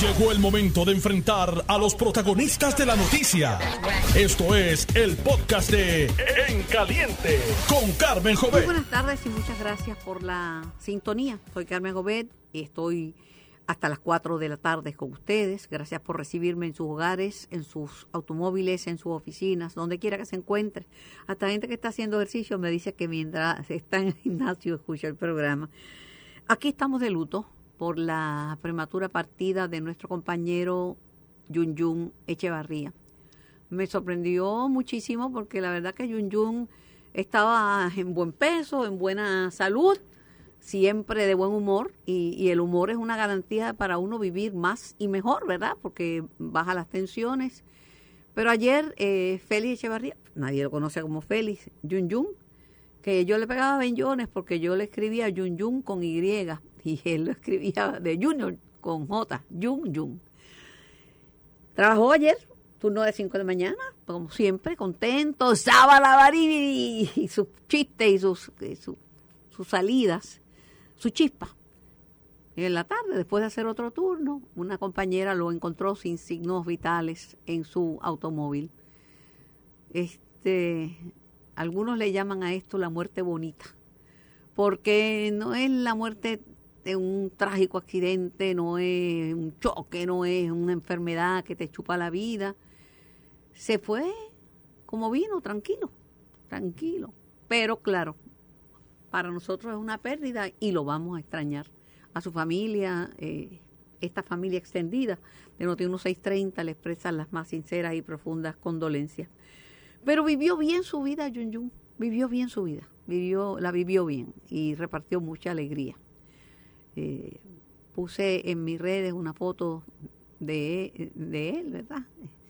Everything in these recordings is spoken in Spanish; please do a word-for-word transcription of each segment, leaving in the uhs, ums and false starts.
Llegó el momento de enfrentar a los protagonistas de la noticia. Esto es el podcast de En Caliente con Carmen Jovet. Muy buenas tardes y muchas gracias por la sintonía. Soy Carmen Jovet y estoy hasta las cuatro de la tarde con ustedes. Gracias por recibirme en sus hogares, en sus automóviles, en sus oficinas, donde quiera que se encuentre. Hasta gente que está haciendo ejercicio me dice que mientras está en el gimnasio escucha el programa. Aquí estamos de luto por la prematura partida de nuestro compañero Yun Yun Echevarría. Me sorprendió muchísimo porque la verdad que Yun Yun estaba en buen peso, en buena salud, siempre de buen humor, y, y el humor es una garantía para uno vivir más y mejor, ¿verdad? Porque baja las tensiones. Pero ayer eh, Félix Echevarría, nadie lo conoce como Félix, Yun Yun, que yo le pegaba bellones porque yo le escribía Yun Yun con Y, y él lo escribía de Junior con J, Yun Yun. Trabajó ayer, turno de cinco de la mañana, como siempre, contento, sábado y, y sus chistes y sus, y sus, sus salidas, su chispa. Y en la tarde, después de hacer otro turno, una compañera lo encontró sin signos vitales en su automóvil. Este, algunos le llaman a esto la muerte bonita, porque no es la muerte de un trágico accidente, no es un choque, no es una enfermedad que te chupa la vida. Se fue como vino, tranquilo, tranquilo. Pero claro, para nosotros es una pérdida y lo vamos a extrañar. A su familia, eh, esta familia extendida de Noti uno seiscientos treinta le expresan las más sinceras y profundas condolencias. Pero vivió bien su vida, Yun Yun, vivió bien su vida, vivió, la vivió bien y repartió mucha alegría. Eh, puse en mis redes una foto de, de él, ¿verdad?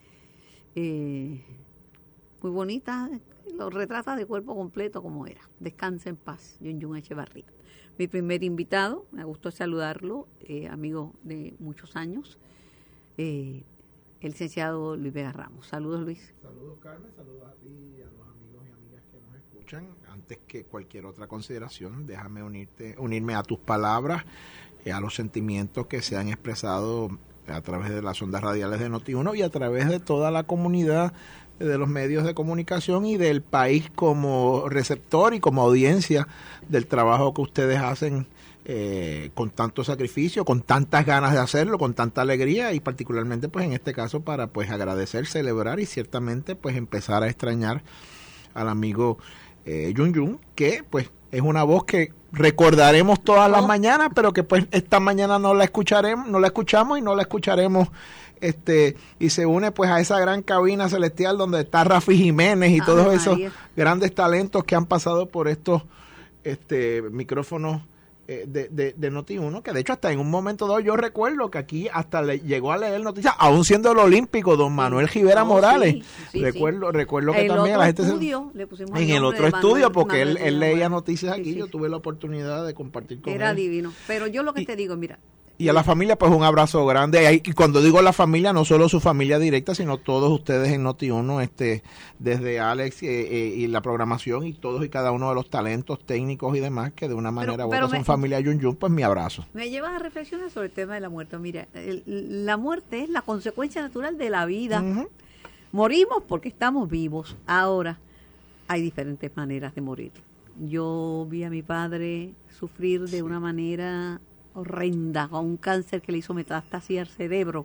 Eh, muy bonita, lo retrata de cuerpo completo como era. Descansa en paz, Yun Yun Echevarría. Mi primer invitado, me gustó saludarlo, eh, amigo de muchos años, eh, el licenciado Luis Vega Ramos. Saludos, Luis. Saludos, Carmen, saludos a ti y a los amigos y amigas que nos escuchan. Antes que cualquier otra consideración, déjame unirte, unirme a tus palabras, eh, a los sentimientos que se han expresado a través de las ondas radiales de Noti uno y a través de toda la comunidad de los medios de comunicación y del país como receptor y como audiencia del trabajo que ustedes hacen eh, con tanto sacrificio, con tantas ganas de hacerlo, con tanta alegría y particularmente pues en este caso para pues agradecer, celebrar y ciertamente pues empezar a extrañar al amigo eh, Yun Yun, que pues es una voz que recordaremos todas las mañanas, pero que pues esta mañana no la escucharemos, no la escuchamos y no la escucharemos este y se une pues a esa gran cabina celestial donde está Rafi Jiménez y ah, todos esos María. Grandes talentos que han pasado por estos este micrófonos eh, de, de, de Noti uno, que de hecho hasta en un momento dado yo recuerdo que aquí hasta le llegó a leer noticias, aún siendo el olímpico, don Manuel Rivera oh, Morales, sí, sí, recuerdo sí. recuerdo que el también la gente estudio, se, le pusimos en el otro estudio Manuel, porque Manuel, él, él leía noticias aquí, sí, sí. yo tuve la oportunidad de compartir con Era él. Era divino, pero yo lo que y, te digo, mira, y a la familia, pues un abrazo grande. Y cuando digo la familia, no solo su familia directa, sino todos ustedes en Noti uno, este, desde Alex eh, eh, y la programación y todos y cada uno de los talentos técnicos y demás, que de una manera u otra son familia Yun Yun, pues mi abrazo. Me llevas a reflexionar sobre el tema de la muerte. Mira, el, la muerte es la consecuencia natural de la vida. Uh-huh. Morimos porque estamos vivos. Ahora, hay diferentes maneras de morir. Yo vi a mi padre sufrir de sí. una manera horrenda, con un cáncer que le hizo metástasis al cerebro.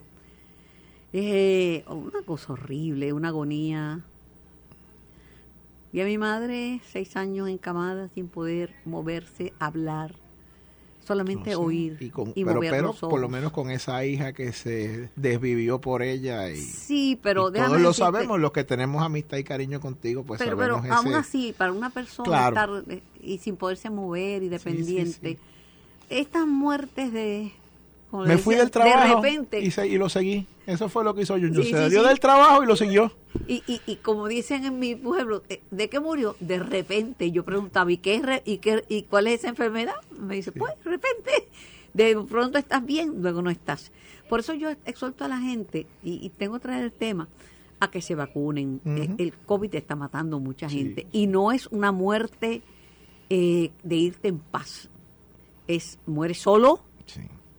Eh, una cosa horrible, una agonía. Vi a mi madre seis años encamada sin poder moverse, hablar, solamente no sé. oír y, con, y pero, mover pero los ojos. Por lo menos con esa hija que se desvivió por ella y, sí, pero y todos lo decirte, sabemos, los que tenemos amistad y cariño contigo, pues pero, sabemos pero ese... aún así, para una persona claro. estar y sin poderse mover y dependiente, sí, sí, sí. estas muertes de... Me decía, fui del trabajo de repente, y, se, y lo seguí. Eso fue lo que hizo Yun Yun. Sí, se sí, salió sí. del trabajo y lo siguió. Y, y, y como dicen en mi pueblo, ¿de qué murió? De repente. Yo preguntaba, ¿y qué es re, y qué y cuál es esa enfermedad? Me dice, sí. pues, de repente. De pronto estás bien, luego no estás. Por eso yo exhorto a la gente, y, y tengo que traer el tema, a que se vacunen. Uh-huh. El, el COVID está matando mucha gente. Sí. Y no es una muerte eh, de irte en paz. Es, mueres solo, sí.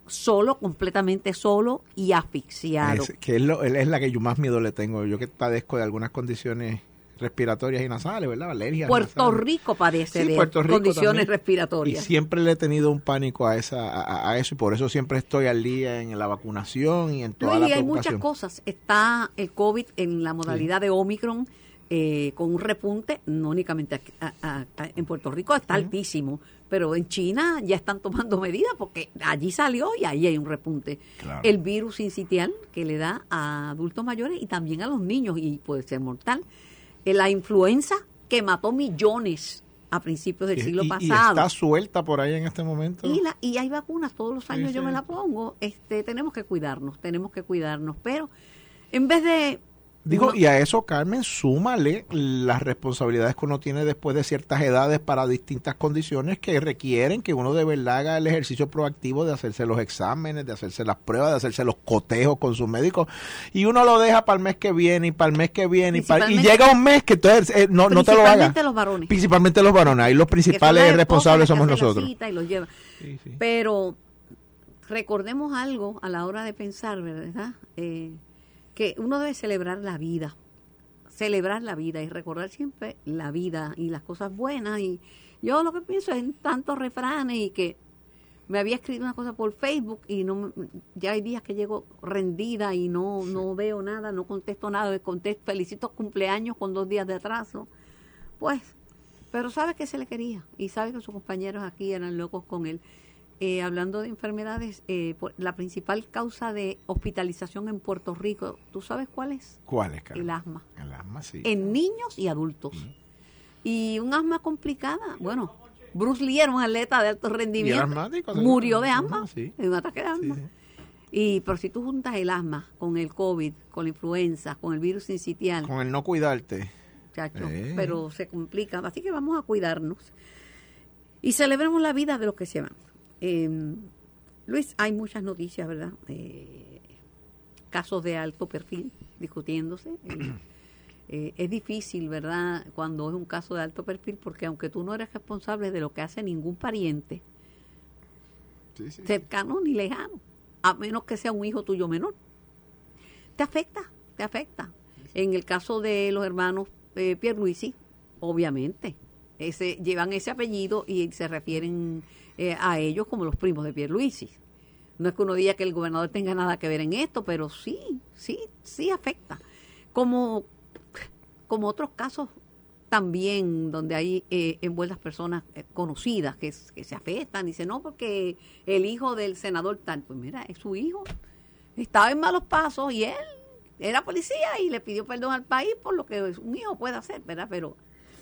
solo, completamente solo y asfixiado. Es, que es, lo, es la que yo más miedo le tengo. Yo que padezco de algunas condiciones respiratorias y nasales, ¿verdad? Alergias Puerto nasales. Rico padece sí, de Puerto Rico condiciones también. respiratorias. Y siempre le he tenido un pánico a esa a, a eso y por eso siempre estoy al día en la vacunación y en toda Luis, la y hay preocupación. muchas cosas. Está el COVID en la modalidad sí. de Omicron, eh, con un repunte, no únicamente aquí, a, a, a, en Puerto Rico está uh-huh. altísimo, pero en China ya están tomando medidas porque allí salió y ahí hay un repunte. Claro. El virus sincitial que le da a adultos mayores y también a los niños y puede ser mortal. La influenza que mató millones a principios del y, siglo y, pasado. Y está suelta por ahí en este momento. Y, la, y hay vacunas, todos los años sí, yo sí. me la pongo. Este, tenemos que cuidarnos, tenemos que cuidarnos. Pero en vez de... Digo, no, y a eso, Carmen, súmale las responsabilidades que uno tiene después de ciertas edades para distintas condiciones que requieren que uno de verdad haga el ejercicio proactivo de hacerse los exámenes, de hacerse las pruebas, de hacerse los cotejos con sus médicos. Y uno lo deja para el mes que viene y para el mes que viene y, para, y llega un mes que entonces eh, no, no te lo haga. Principalmente los varones. Principalmente los varones. Ahí los principales responsables somos nosotros. Y los lleva. Sí, sí. Pero recordemos algo a la hora de pensar, ¿verdad? Eh, que uno debe celebrar la vida, celebrar la vida y recordar siempre la vida y las cosas buenas. Y yo lo que pienso es en tantos refranes y que me había escrito una cosa por Facebook y no ya hay días que llego rendida y no, no veo nada, no contesto nada, contesto, felicito cumpleaños con dos días de atraso. Pues, pero sabe que se le quería y sabe que sus compañeros aquí eran locos con él. Eh, hablando de enfermedades, eh, la principal causa de hospitalización en Puerto Rico, ¿tú sabes cuál es? ¿Cuál es, Carmen? El asma. El asma, sí. En niños y adultos. Mm. Y un asma complicada. Bueno, Bruce Lee era un atleta de alto rendimiento. Asmático, murió de asma, sí. de un ataque de asma. Sí, sí. Y, pero si tú juntas el asma con el COVID, con la influenza, con el virus sincitial. Con el no cuidarte. Chacho, eh. pero se complica. Así que vamos a cuidarnos. Y celebremos la vida de los que se van. Eh, Luis, hay muchas noticias, ¿verdad? Eh, casos de alto perfil discutiéndose. Eh, eh, es difícil, ¿verdad? Cuando es un caso de alto perfil, porque aunque tú no eres responsable de lo que hace ningún pariente sí, sí, cercano sí. ni lejano, a menos que sea un hijo tuyo menor, te afecta, te afecta. Sí, sí. En el caso de los hermanos eh, Pierluisi, obviamente, ese, llevan ese apellido y se refieren Eh, a ellos como los primos de Pierluisi. No es que uno diga que el gobernador tenga nada que ver en esto, pero sí, sí, sí afecta. Como, como otros casos también donde hay eh, envueltas personas eh, conocidas que, que se afectan. Dice, no, porque el hijo del senador tal, pues mira, es su hijo. Estaba en malos pasos y él era policía y le pidió perdón al país por lo que un hijo puede hacer, ¿verdad? Pero,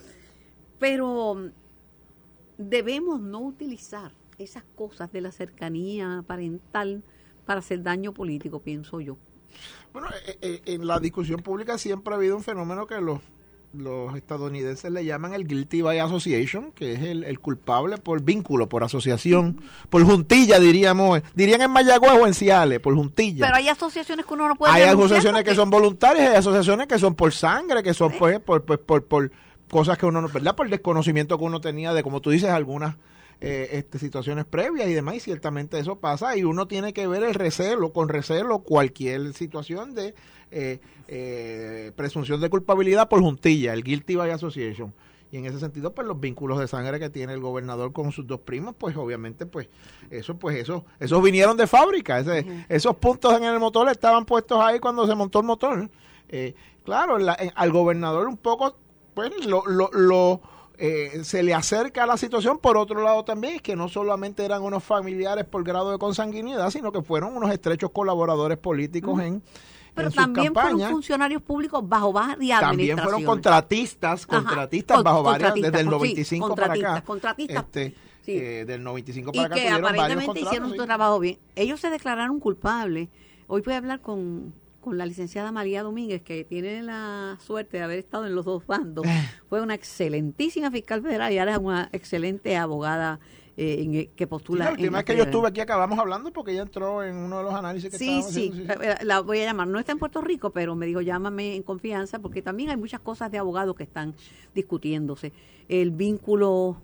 pero debemos no utilizar esas cosas de la cercanía parental para hacer daño político, pienso yo. Bueno, eh, eh, en la discusión pública siempre ha habido un fenómeno que los, los estadounidenses le llaman el guilty by association, que es el, el culpable por vínculo, por asociación, por juntilla, diríamos, dirían en Mayagüez o en Ciales, por juntilla. Pero hay asociaciones que uno no puede Hay asociaciones porque... que son voluntarias, hay asociaciones que son por sangre, que son ¿Eh? pues, por, por, por, por cosas que uno no, ¿verdad? Por el desconocimiento que uno tenía de, como tú dices, algunas eh, este, situaciones previas y demás, y ciertamente eso pasa, y uno tiene que ver el recelo, con recelo, cualquier situación de eh, eh, presunción de culpabilidad por juntilla, el guilty by association. Y en ese sentido, pues los vínculos de sangre que tiene el gobernador con sus dos primos, pues obviamente, pues eso, pues eso, esos vinieron de fábrica, ese, uh-huh. esos puntos en el motor estaban puestos ahí cuando se montó el motor. Eh, claro, la, eh, al gobernador un poco pues lo, lo, lo eh, se le acerca a la situación. Por otro lado también es que no solamente eran unos familiares por grado de consanguinidad, sino que fueron unos estrechos colaboradores políticos uh-huh. en pero en también sus fueron funcionarios públicos bajo varias también fueron contratistas contratistas Ajá, bajo varias desde el noventa y cinco sí, para acá contratistas este, sí. eh, del noventa y cinco para y acá que aparentemente hicieron sí. su trabajo bien. Ellos se declararon culpables. Hoy voy a hablar con con la licenciada María Domínguez, que tiene la suerte de haber estado en los dos bandos. Fue una excelentísima fiscal federal y ahora es una excelente abogada eh, en, que postula. Sí, la última vez que yo estuve aquí acabamos hablando porque ella entró en uno de los análisis que sí, estábamos sí, haciendo. Sí, la voy a llamar. No está en Puerto Rico, pero me dijo, llámame en confianza, porque también hay muchas cosas de abogados que están discutiéndose. El vínculo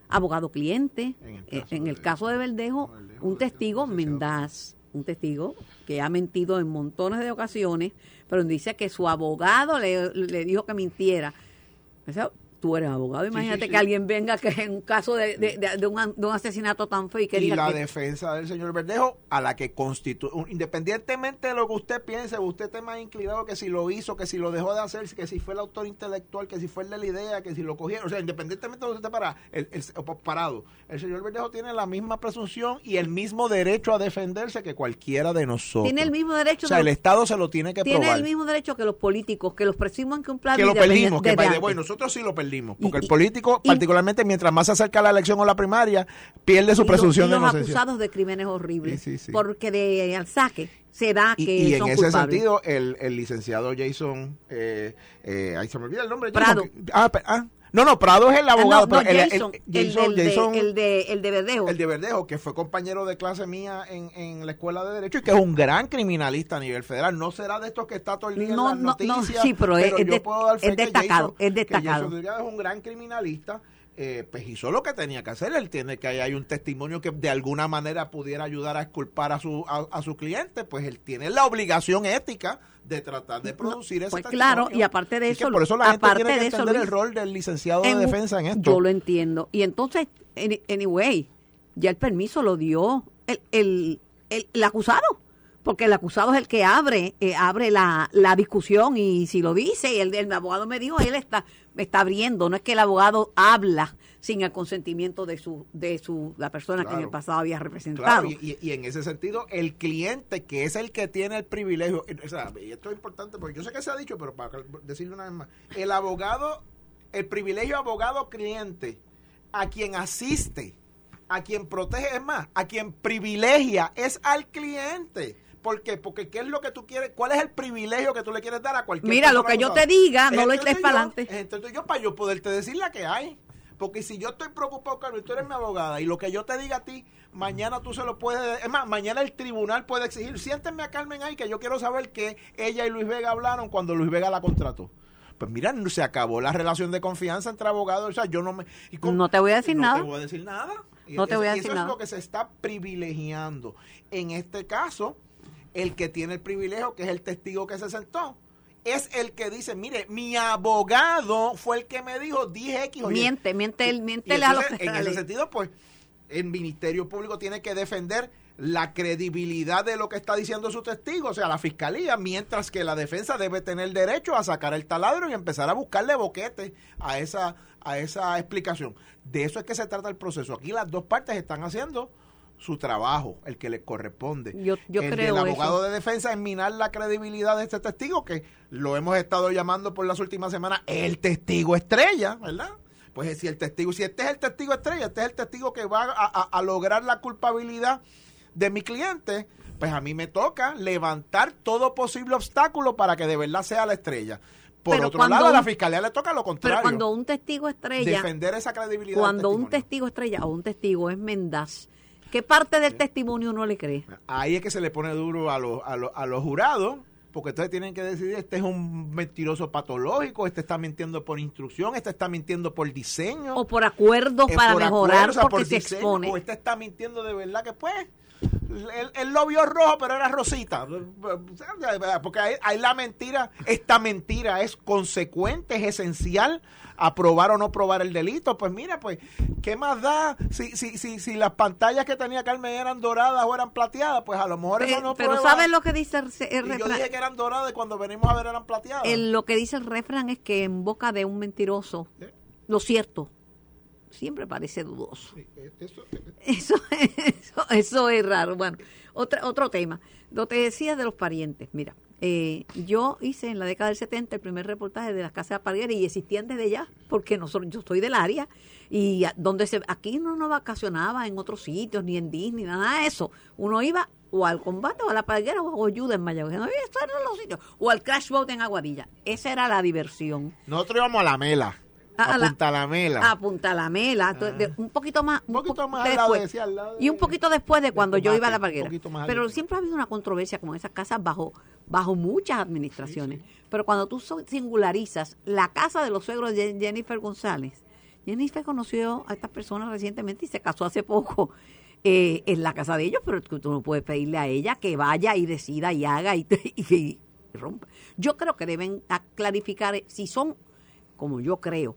abogado cliente. En el Eh, caso en el de- caso de Verdejo, Verdejo, un el testigo licenciado. mendaz, un testigo que ha mentido en montones de ocasiones, pero dice que su abogado le, le dijo que mintiera. O sea, tú eres abogado, imagínate sí, sí. que alguien venga que en un caso de, de, de, de un, de un asesinato tan feo y que Y diga la que... defensa del señor Verdejo, a la que constituye, independientemente de lo que usted piense, usted esté más inclinado que si lo hizo, que si lo dejó de hacer, que si fue el autor intelectual, que si fue el de la idea, que si lo cogieron, o sea, independientemente de lo que usted esté para, el, el- o parado, el señor Verdejo tiene la misma presunción y el mismo derecho a defenderse que cualquiera de nosotros. Tiene el mismo derecho O sea, de el los- Estado se lo tiene que Tiene probar. el mismo derecho que los políticos, que los presuman que un plan Que lo de- perdimos, de- que by the de way, antes. nosotros sí lo perdimos, Y- porque el y- político, y- particularmente mientras más se acerca la elección o la primaria, pierde su Y los- presunción y de los inocencia. acusados de crímenes horribles, Sí, sí, sí. porque de al saque se da Y, que y en son ese culpables. sentido, el, el licenciado Jason, eh, eh, ahí se me olvida el nombre. Prado. Jason, ah, pe- ah, no, no, Prado es el Ah, no, abogado, no, pero el, el- Jason, el- el, Jason, del de- Jason, el de el de Verdejo. el de Verdejo, que fue compañero de clase mía en, en la escuela de Derecho y que es un gran criminalista a nivel federal. No será de estos que está todo el día No, en no, las no, noticias, sí, pero es- es yo de- puedo dar fe es que destacado, Jason- es que destacado. Jason Delgado es un gran criminalista. Eh, pues hizo lo que tenía que hacer. Él tiene que hay un testimonio que de alguna manera pudiera ayudar a exculpar a su a, a su cliente, pues él tiene la obligación ética de tratar de producir ese pues testimonio. claro, y aparte de Así que eso, por eso la gente aparte tiene que de eso, entender Luis, el rol del licenciado de en- defensa en esto. Yo lo entiendo. Y entonces, any- anyway, ya el permiso lo dio el, el, el, el acusado. Porque el acusado es el que abre eh, abre la, la discusión y si lo dice, el, el abogado me dijo, él está está abriendo, no es que el abogado habla sin el consentimiento de su de su la persona que en Claro. el pasado había representado. Claro, y, y- y en ese sentido, el cliente, que es el que tiene el privilegio, o sea, y esto es importante, porque yo sé que se ha dicho, pero para decirlo una vez más, el abogado, el privilegio abogado-cliente, a quien asiste, a quien protege, es más, a quien privilegia, es al cliente. ¿Por qué? Porque ¿qué es lo que tú quieres? ¿Cuál es el privilegio que tú le quieres dar a cualquier Mira, lo persona que yo abogada? te diga, no lo Entonces eches para yo- adelante. Entonces yo, para yo poderte decir la que hay. Porque si yo estoy preocupado, Carmen, tú eres mi abogada, y lo que yo te diga a ti, mañana tú se lo puedes... Es más, mañana el tribunal puede exigir, siéntenme a Carmen ahí, que yo quiero saber que ella y Luis Vega hablaron cuando Luis Vega la contrató. Pues mira, se acabó la relación de confianza entre abogados. O sea, yo no me... y con- No te voy a decir no nada. te voy a decir nada. Y No te eso- voy a y decir eso nada. es lo que se está privilegiando. En este caso, el que tiene el privilegio, que es el testigo que se sentó, es el que dice, mire, mi abogado fue el que me dijo, dije X o Y. Miente, miente, Y miéntele a los entonces, en ese sentido, pues, el Ministerio Público tiene que defender la credibilidad de lo que está diciendo su testigo, o sea, la fiscalía, mientras que la defensa debe tener derecho a sacar el taladro y empezar a buscarle boquete a esa, a esa explicación. De eso es que se trata el proceso. Aquí las dos partes están haciendo su trabajo, el que le corresponde. Yo- yo el creo del abogado eso. de defensa es minar la credibilidad de este testigo, que lo hemos estado llamando por las últimas semanas el testigo estrella, ¿verdad? Pues si el testigo, si este es el testigo estrella, este es el testigo que va a, a- a lograr la culpabilidad de mi cliente, pues a mí me toca levantar todo posible obstáculo para que de verdad sea la estrella. Por Pero otro cuando lado, a la un- fiscalía le toca lo contrario. Pero cuando un testigo estrella, defender esa credibilidad. cuando del un testimonio. testigo estrella o un testigo es mendaz, ¿qué parte del testimonio uno le cree? Ahí es que se le pone duro a los, a los, a los jurados, porque entonces tienen que decidir, este es un mentiroso patológico, este está mintiendo por instrucción, este está mintiendo por diseño. O por acuerdo eh, para por mejorar acuerdo, o sea, porque por se diseño, expone. O este está mintiendo de verdad que pues, él, él lo vio rojo, pero era rosita. Porque ahí, ahí la mentira, esta mentira es consecuente, es esencial a probar o no probar el delito. Pues mira, pues, ¿qué más da? Si, si, si, si las pantallas que tenía Carmen eran doradas o eran plateadas, pues a lo mejor eso Pero, no pero prueba. ¿sabes lo que dice el, el Y yo refrán? dije que eran doradas y cuando venimos a ver eran plateadas. El- lo que dice el refrán es que en boca de un mentiroso, lo cierto siempre parece dudoso. Sí, eso- Eso, eso, eso es raro. Bueno, otra, otro tema. Lo que decías de los parientes. Mira, eh, yo hice en la década del setenta el primer reportaje de las casas de parientes y existían desde ya, porque nosotros, yo soy del área y a- donde se aquí no nos vacacionaba en otros sitios, ni en Disney, nada de eso. Uno iba o al combate o a la palguera o a ayuda en Mayagüez. No, estos eran los sitios. O al crash boat en Aguadilla. Esa era la diversión. Nosotros íbamos a la mela. A A, la- Punta la Mela. A Punta la Mela, entonces, de- un poquito más, Un poquito po- más al lado después. de- sí, al lado de- y un poquito después de cuando yo tomate, iba a la un parguera. poquito más Pero adentro. siempre ha habido una controversia con esas casas bajo bajo muchas administraciones. Pero cuando tú so- singularizas la casa de los suegros de Jennifer González, Jennifer conoció a estas personas recientemente y se casó hace poco eh, en la casa de ellos, pero tú no puedes pedirle a ella que vaya y decida y haga y, y, y rompa. Yo creo que deben clarificar si son, como yo creo,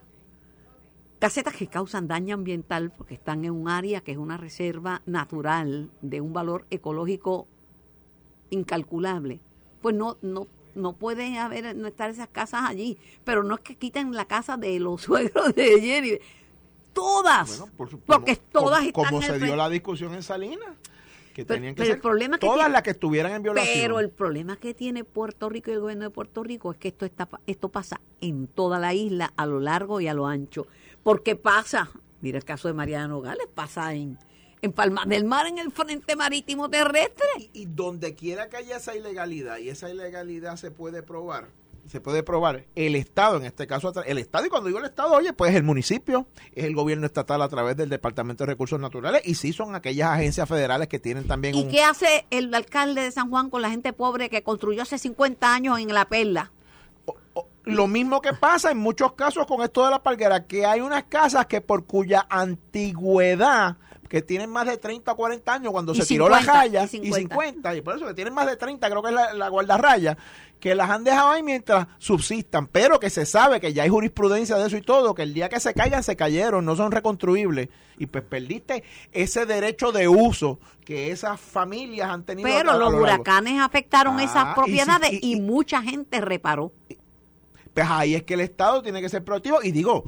casetas que causan daño ambiental porque están en un área que es una reserva natural de un valor ecológico incalculable, pues no no no pueden haber no estar esas casas allí, pero no es que quiten la casa de los suegros de Jenny, todas, bueno, por supuesto, porque todas como, están como se frente. Dio la discusión en Salinas, que pero, tenían que pero ser el problema que todas tiene, las que estuvieran en violación. Pero el problema que tiene Puerto Rico y el gobierno de Puerto Rico es que esto está esto pasa en toda la isla, a lo largo y a lo ancho, porque pasa, mira el caso de Mariana Nogales, pasa en En Palma del Mar, en el frente marítimo terrestre. Y, y donde quiera que haya esa ilegalidad, y esa ilegalidad se puede probar, se puede probar, el Estado, en este caso, el Estado, y cuando digo el Estado, oye, pues el municipio, es el gobierno estatal a través del Departamento de Recursos Naturales, y sí son aquellas agencias federales que tienen también ¿Y un... qué hace el alcalde de San Juan con la gente pobre que construyó hace cincuenta años en La Perla? O, o, lo mismo que pasa en muchos casos con esto de la palguera, que hay unas casas que por cuya antigüedad, que tienen más de treinta o cuarenta años cuando se tiró la raya, y cincuenta. y cincuenta, y por eso que tienen más de treinta, creo que es la, la guardarraya, que las han dejado ahí mientras subsistan, pero que se sabe que ya hay jurisprudencia de eso y todo, que el día que se caigan, se cayeron, no son reconstruibles, y pues perdiste ese derecho de uso que esas familias han tenido. Pero a, a los huracanes afectaron ah, esas propiedades y, si, y, y, y mucha gente reparó. Pues ahí es que el Estado tiene que ser proactivo, y digo,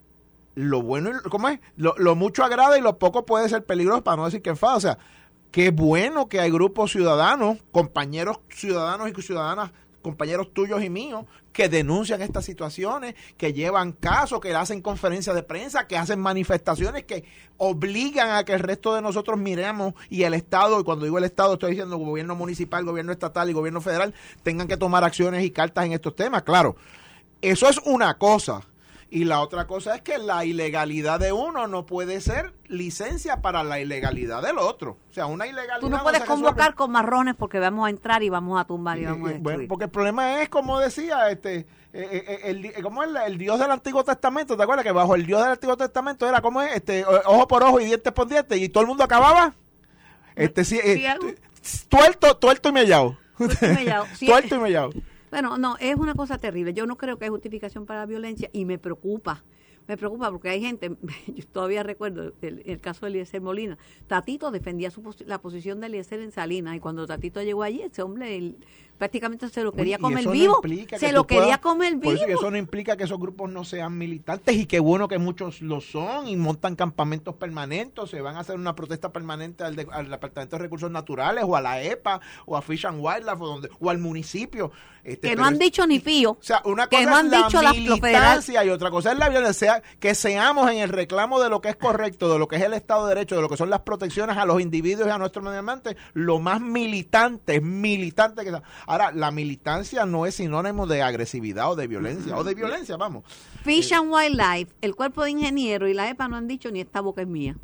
lo bueno, ¿cómo es? Lo, lo mucho agrada y lo poco puede ser peligroso, para no decir que enfada. O sea, qué bueno que hay grupos ciudadanos, compañeros ciudadanos y ciudadanas, compañeros tuyos y míos, que denuncian estas situaciones, que llevan casos, que hacen conferencias de prensa, que hacen manifestaciones, que obligan a que el resto de nosotros miremos, y el Estado, y cuando digo el Estado estoy diciendo gobierno municipal, gobierno estatal y gobierno federal, tengan que tomar acciones y cartas en estos temas. Claro, eso es una cosa. Y la otra cosa es que la ilegalidad de uno no puede ser licencia para la ilegalidad del otro. O sea, una ilegalidad... Tú no puedes no convocar con marrones porque vamos a entrar y vamos a tumbar y vamos a destruir. Bueno, porque el problema es, como decía, este, eh, el, el, ¿cómo es el, el Dios del Antiguo Testamento? ¿Te acuerdas que bajo el Dios del Antiguo Testamento era, ¿cómo es? Este, ojo por ojo y dientes por dientes, y todo el mundo acababa? Este, sí, eh, tuerto, tuerto y mellao. Tuerto y mellao. Sí, tuerto y mellao. Bueno, no, es una cosa terrible. Yo no creo que hay justificación para la violencia y me preocupa. Me preocupa porque hay gente, yo todavía recuerdo el, el caso de Eliezer Molina. Tatito defendía su, la posición de Eliezer en Salinas, y cuando Tatito llegó allí, ese hombre el, prácticamente se lo quería Oye, comer vivo. No se lo quería puedas, comer vivo. Por eso, eso no implica que esos grupos no sean militantes, y qué bueno que muchos lo son y montan campamentos permanentes, se van a hacer una protesta permanente al, de, al Departamento de Recursos Naturales o a la E P A o a Fish and Wildlife o, donde, o al municipio. Este, que no han es, dicho ni pío. O sea, una cosa que no es han la dicho militancia y otra cosa es la violencia. Que seamos en el reclamo de lo que es correcto, de lo que es el Estado de Derecho, de lo que son las protecciones a los individuos y a nuestro medio ambiente, lo más militante, militante que sea. Ahora, la militancia no es sinónimo de agresividad o de violencia, o de violencia, vamos. Fish and Wildlife, el cuerpo de ingenieros y la E P A no han dicho ni esta boca es mía.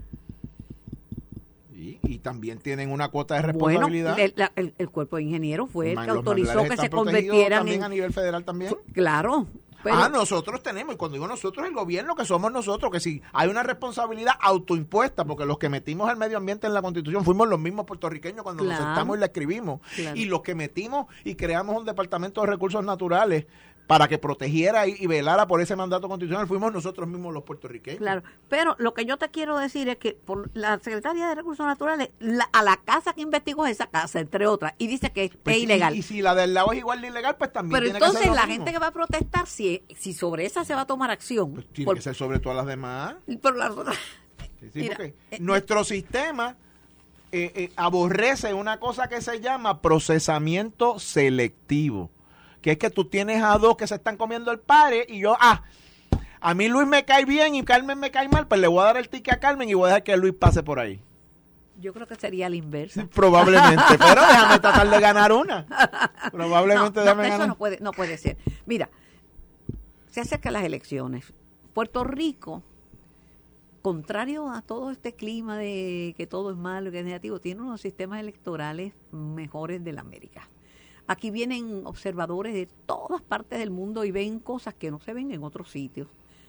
Y, y también tienen una cuota de responsabilidad. Bueno, el, la, el, el cuerpo de ingenieros fue el que autorizó que se convirtieran también en... a nivel federal también. Claro. Pero, ah, nosotros tenemos, y cuando digo nosotros, el gobierno, que somos nosotros, que si hay una responsabilidad autoimpuesta, porque los que metimos el medio ambiente en la Constitución fuimos los mismos puertorriqueños cuando claro, nos sentamos y la escribimos, claro. Y los que metimos y creamos un Departamento de Recursos Naturales para que protegiera y, y velara por ese mandato constitucional, fuimos nosotros mismos los puertorriqueños. Claro, pero lo que yo te quiero decir es que por la Secretaría de Recursos Naturales, la, a la casa que investigó es esa casa, entre otras, y dice que pues, es ilegal. Y, y si la del lado es igual de ilegal, pues también pero tiene entonces que ser lo la mismo. Gente que va a protestar, si, si sobre esa se va a tomar acción. Pues tiene por, que ser sobre todas las demás. Por las otras. Sí, sí, Mira, eh, nuestro sistema eh, eh, aborrece una cosa que se llama procesamiento selectivo, que es que tú tienes a dos que se están comiendo el padre y yo, ah, a mí Luis me cae bien y Carmen me cae mal, pues le voy a dar el ticket a Carmen y voy a dejar que Luis pase por ahí. Yo creo que sería la inversa. Probablemente, pero déjame tratar de ganar una. Probablemente no, déjame no, ganar. Eso no puede, no puede ser. Mira, se acercan las elecciones. Puerto Rico, contrario a todo este clima de que todo es malo y que es negativo, tiene unos sistemas electorales mejores de la América. Aquí vienen observadores de todas partes del mundo y ven cosas que no se ven en otros sitios.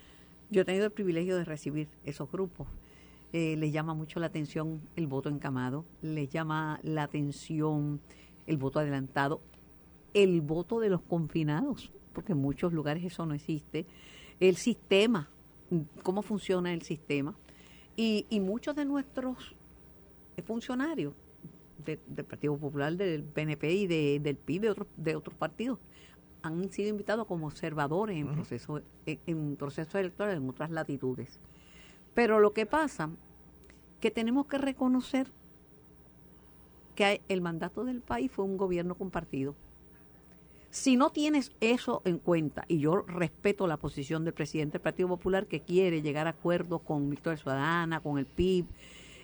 Yo he tenido el privilegio de recibir esos grupos. Eh, les llama mucho la atención el voto encamado, les llama la atención el voto adelantado, el voto de los confinados, porque en muchos lugares eso no existe, el sistema, cómo funciona el sistema, y, y muchos de nuestros funcionarios de, del Partido Popular, del P N P y de, del P I B, de otros, de otros partidos, han sido invitados como observadores en, uh-huh. procesos, en, en procesos electorales en otras latitudes. Pero lo que pasa que tenemos que reconocer que el mandato del país fue un gobierno compartido. Si no tienes eso en cuenta, y yo respeto la posición del presidente del Partido Popular que quiere llegar a acuerdos con Victoria Ciudadana, con el P I B,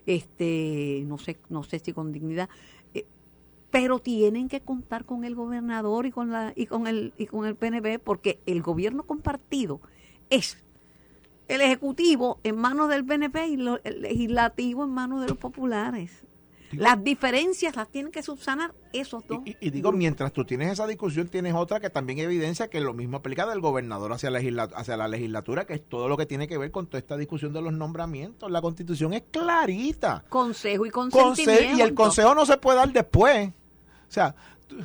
este, no sé, no sé si con dignidad, eh, pero tienen que contar con el gobernador y con la y con el y con el P N P, porque el gobierno compartido es el ejecutivo en manos del P N P y lo, el legislativo en manos de los populares. Digo, las diferencias las tienen que subsanar esos dos. Y, y, y digo, mientras tú tienes esa discusión, tienes otra que también evidencia que lo mismo aplica del gobernador hacia la, legisla, hacia la legislatura, que es todo lo que tiene que ver con toda esta discusión de los nombramientos. La Constitución es clarita. Consejo y consentimiento. Conse- y el consejo no se puede dar después. O sea, tú,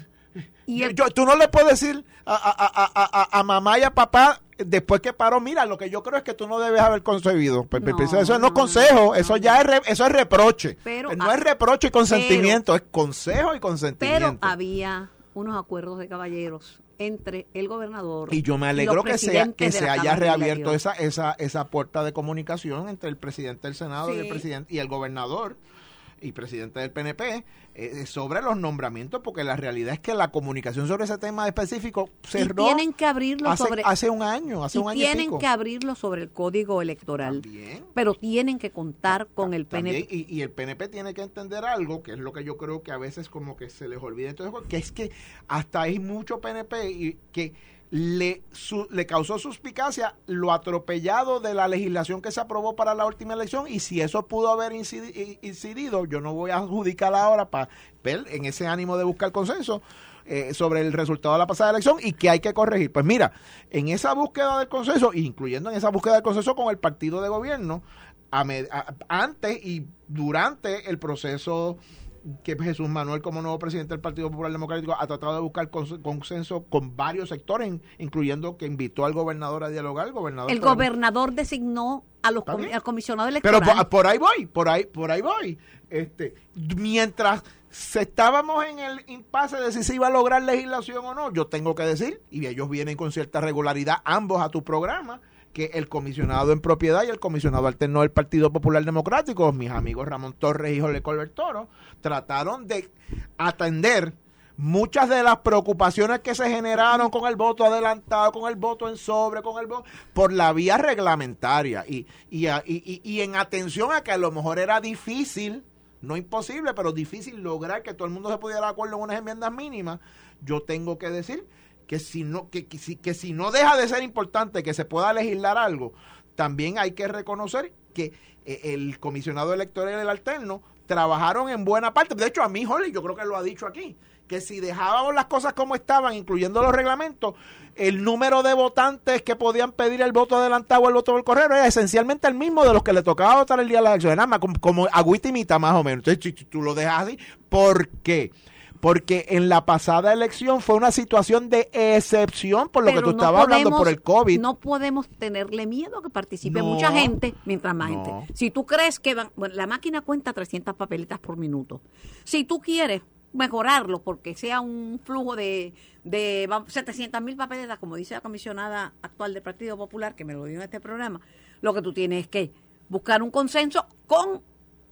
y el, yo, tú no le puedes decir a, a, a, a, a mamá y a papá después que paró, mira, lo que yo creo es que tú no debes haber concebido. No, eso no es consejo, no, eso no, ya es re, eso es reproche. Pero, no a, es reproche y consentimiento, pero, es consejo y consentimiento. Pero había unos acuerdos de caballeros entre el gobernador y yo me alegro que sea que se haya reabierto esa esa esa puerta de comunicación entre el presidente del Senado sí. y el presidente y el gobernador y presidente del P N P eh, sobre los nombramientos, porque la realidad es que la comunicación sobre ese tema específico cerró. Y tienen que abrirlo hace, sobre hace un año, hace y un año tienen y pico. que abrirlo sobre el código electoral. También. Pero tienen que contar con el P N P. Y, y el P N P tiene que entender algo, que es lo que yo creo que a veces como que se les olvida, entonces, que es que hasta hay mucho P N P y que le su, le causó suspicacia lo atropellado de la legislación que se aprobó para la última elección, y si eso pudo haber incidi, incidido, yo no voy a adjudicar ahora para ver en ese ánimo de buscar consenso eh, sobre el resultado de la pasada elección y que hay que corregir. Pues mira, en esa búsqueda del consenso, incluyendo en esa búsqueda del consenso con el partido de gobierno, a med, a, antes y durante el proceso que Jesús Manuel, como nuevo presidente del Partido Popular Democrático, ha tratado de buscar consenso con varios sectores, incluyendo que invitó al gobernador a dialogar. El gobernador, el gobernador designó a los com al comisionado electoral. Pero por, por ahí voy, por ahí, por ahí voy. Este, mientras se estábamos en el impasse de si se iba a lograr legislación o no, yo tengo que decir, y ellos vienen con cierta regularidad ambos a tu programa, que el comisionado en propiedad y el comisionado alterno del Partido Popular Democrático, mis amigos Ramón Torres y Jorge Colbert Toro, trataron de atender muchas de las preocupaciones que se generaron con el voto adelantado, con el voto en sobre, con el voto por la vía reglamentaria y, y, y, y en atención a que a lo mejor era difícil, no imposible, pero difícil lograr que todo el mundo se pudiera de acuerdo en unas enmiendas mínimas. Yo tengo que decir que si no que, que, si, que si no deja de ser importante que se pueda legislar algo, también hay que reconocer que eh, el comisionado electoral y el alterno trabajaron en buena parte. De hecho, a mí, Jorge, yo creo que lo ha dicho aquí, que si dejábamos las cosas como estaban, incluyendo los reglamentos, el número de votantes que podían pedir el voto adelantado o el voto por correo era esencialmente el mismo de los que le tocaba votar el día de la elección, nada más como, como agüita y mitad más o menos. Entonces, si tú lo dejas así, ¿por qué? Porque en la pasada elección fue una situación de excepción por lo Pero que tú no estabas podemos, hablando por el COVID. No podemos tenerle miedo a que participe no, mucha gente, mientras más no. gente. Si tú crees que van, bueno, la máquina cuenta trescientas papeletas por minuto. Si tú quieres mejorarlo porque sea un flujo de, de setecientas mil papeletas, como dice la comisionada actual del Partido Popular, que me lo dio en este programa, lo que tú tienes es que buscar un consenso con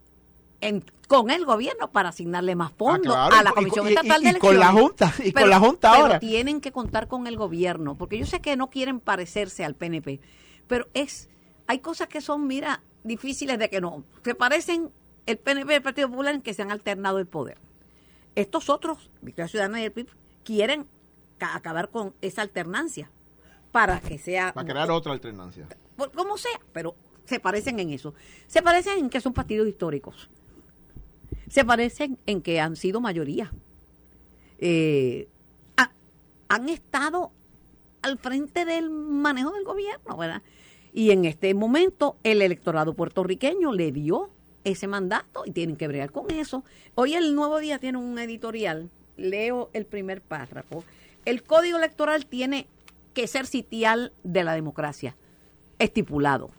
En, con el gobierno para asignarle más fondos ah, claro, a la Comisión y, Estatal y, y, de Elecciones. Y con la Junta, y pero, con la Junta pero ahora. tienen que contar con el gobierno, porque yo sé que no quieren parecerse al P N P, pero es hay cosas que son, mira, difíciles de que no, que parecen el P N P y el Partido Popular en que se han alternado el poder. Estos otros, Victoria Ciudadana y el P I B, quieren ca acabar con esa alternancia para que sea... Para crear otra alternancia. Por, como sea, pero se parecen en eso. Se parecen en que son partidos históricos. Se parecen en que han sido mayoría. Eh, ha, han estado al frente del manejo del gobierno, ¿verdad? Y en este momento el electorado puertorriqueño le dio ese mandato y tienen que bregar con eso. Hoy el Nuevo Día tiene un editorial, leo el primer párrafo. El Código Electoral tiene que ser sitial de la democracia, estipulado.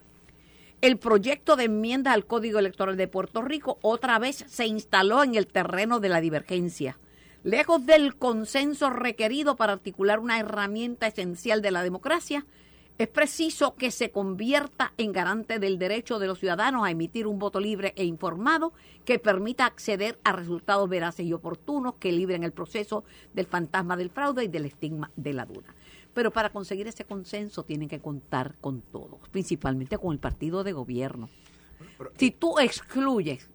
El proyecto de enmienda al Código Electoral de Puerto Rico otra vez se instaló en el terreno de la divergencia. Lejos del consenso requerido para articular una herramienta esencial de la democracia, es preciso que se convierta en garante del derecho de los ciudadanos a emitir un voto libre e informado que permita acceder a resultados veraces y oportunos que libren el proceso del fantasma del fraude y del estigma de la duda. Pero para conseguir ese consenso tienen que contar con todos, principalmente con el partido de gobierno. Si tú excluyes,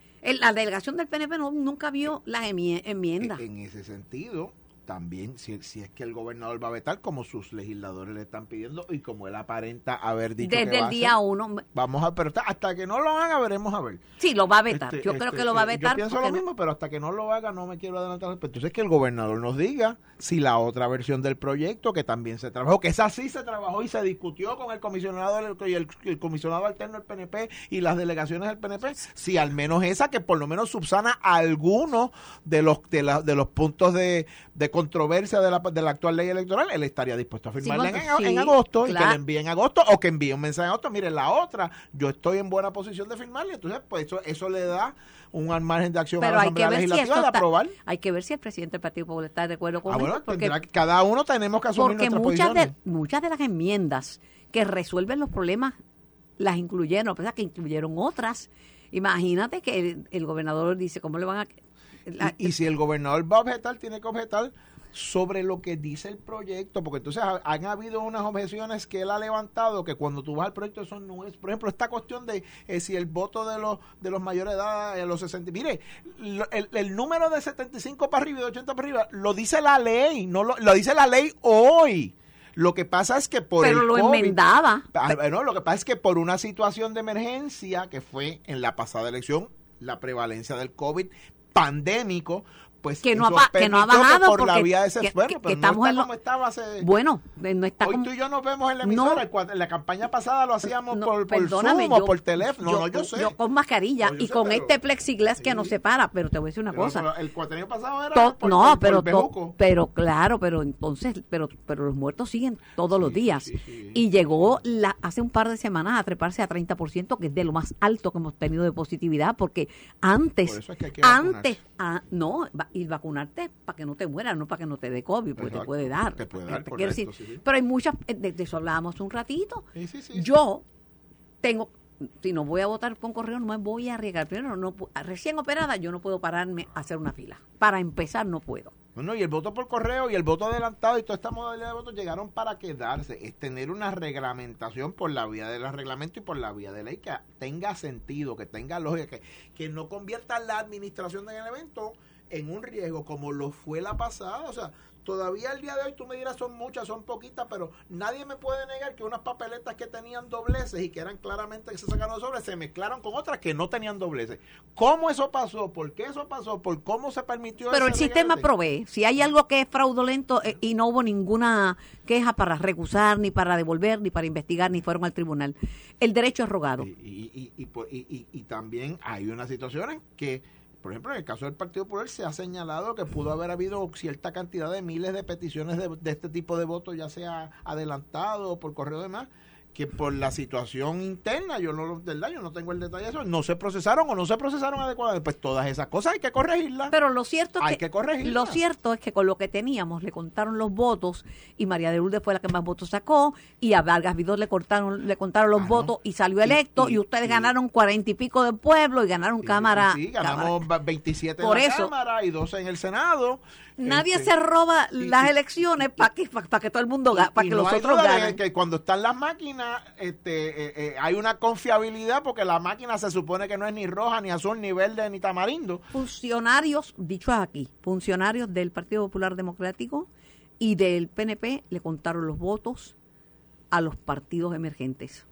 la delegación del P N P no, nunca vio las enmiendas. En ese sentido, también, si, si es que el gobernador va a vetar, como sus legisladores le están pidiendo y como él aparenta haber dicho desde que va el día a hacer, uno. Vamos a, pero hasta, hasta que no lo haga, veremos a ver. Sí, lo va a vetar. Este, yo este, creo que lo va a vetar. Yo pienso lo mismo, no, pero hasta que no lo haga, no me quiero adelantar. Entonces, que el gobernador nos diga si la otra versión del proyecto, que también se trabajó, que esa sí se trabajó y se discutió con el comisionado del, y el, el comisionado alterno del P N P y las delegaciones del P N P, si al menos esa, que por lo menos subsana algunos de los de, la, de los puntos de, de controversia de la, de la actual ley electoral, él estaría dispuesto a firmarla sí, en, sí, en agosto, claro, y que le envíe en agosto, o que envíe un mensaje en agosto. Mire, la otra, yo estoy en buena posición de firmarla, entonces pues eso, eso le da un margen de acción pero a la Asamblea Legislativa si de aprobar. Está, hay que ver si el presidente del Partido Popular está de acuerdo con ah, bueno, eso. Porque, cada uno tenemos que asumir porque nuestras muchas posiciones. de, muchas de las enmiendas que resuelven los problemas las incluyeron, a pesar que incluyeron otras. Imagínate que el, el gobernador dice, ¿cómo le van a...? La, y, y si el gobernador va a objetar, tiene que objetar sobre lo que dice el proyecto, porque entonces ha, han habido unas objeciones que él ha levantado que cuando tú vas al proyecto eso no es, por ejemplo, esta cuestión de eh, si el voto de los de los mayores de edad, eh, los sesenta, mire, lo, el, el número de setenta y cinco para arriba y de ochenta para arriba lo dice la ley, no lo, lo dice la ley hoy. Lo que pasa es que por pero el lo COVID, enmendaba. No, lo que pasa es que por una situación de emergencia que fue en la pasada elección, la prevalencia del COVID pandémico, pues que no, ha, que no ha bajado por porque la vía de ese, que, bueno, que, pero que no estamos está en lo, como estaba hace, bueno, no está hoy como, tú y yo nos vemos en la emisora, no, en la campaña pasada lo hacíamos no, por, por Zoom yo, o por teléfono, yo, no, yo sé. Yo con mascarilla no, y sé, con pero, este plexiglas sí, que nos separa, pero te voy a decir una pero, cosa. Pero el cuatrienio pasado era to, por, no, por, pero por to, pero claro, pero entonces, pero pero los muertos siguen todos sí, los días. Sí, sí, sí. Y llegó la hace un par de semanas a treparse a treinta por ciento, que es de lo más alto que hemos tenido de positividad, porque antes, por eso es que hay que antes, ah, no, y vacunarte para que no te mueras, no para que no te dé COVID, porque exacto, te puede dar. Te puede dar, te correcto, decir, sí, sí. Pero hay muchas, de, de eso hablábamos un ratito. Sí, sí, sí, Yo tengo, si no voy a votar con correo, no me voy a arriesgar. Primero, no, recién operada, yo no puedo pararme a hacer una fila. Para empezar, no puedo. Bueno, y el voto por correo y el voto adelantado y toda esta modalidad de voto llegaron para quedarse. Es tener una reglamentación por la vía del reglamento y por la vía de ley que tenga sentido, que tenga lógica, que, que no convierta la administración del evento en un riesgo como lo fue la pasada. O sea, todavía el día de hoy tú me dirás son muchas, son poquitas, pero nadie me puede negar que unas papeletas que tenían dobleces y que eran claramente que se sacaron de sobre, se mezclaron con otras que no tenían dobleces. ¿Cómo eso pasó? ¿Por qué eso pasó? ¿Por cómo se permitió? Pero el sistema provee. Si hay algo que es fraudulento eh, y no hubo ninguna queja para recusar, ni para devolver, ni para investigar, ni fueron al tribunal, el derecho es rogado. Y, y, y, y, y, y también hay unas situaciones que, por ejemplo, en el caso del Partido Popular se ha señalado que pudo haber habido cierta cantidad de miles de peticiones de, de este tipo de votos, ya sea adelantado o por correo de demás, que por la situación interna, yo no, ¿verdad? Yo no tengo el detalle de eso, no se procesaron o no se procesaron adecuadamente. Pues todas esas cosas hay que corregirlas. Pero lo cierto es hay que, que corregirlas. Lo cierto es que con lo que teníamos le contaron los votos y María de Lourdes fue la que más votos sacó y a Vargas Vidal le cortaron, le contaron los ah, votos no. y salió electo y, y, y ustedes y, ganaron cuarenta y pico del pueblo y ganaron sí, cámara. Sí, sí, ganamos cámara. veintisiete por en la eso, Cámara y doce en el Senado. Nadie este, se roba y, las y, elecciones para que, pa, pa que todo el mundo gane, para que no los otros ganen. Que cuando están las máquinas, este, eh, eh, hay una confiabilidad porque la máquina se supone que no es ni roja, ni azul, ni verde, ni tamarindo. Funcionarios, dicho aquí, funcionarios del Partido Popular Democrático y del P N P le contaron los votos a los partidos emergentes.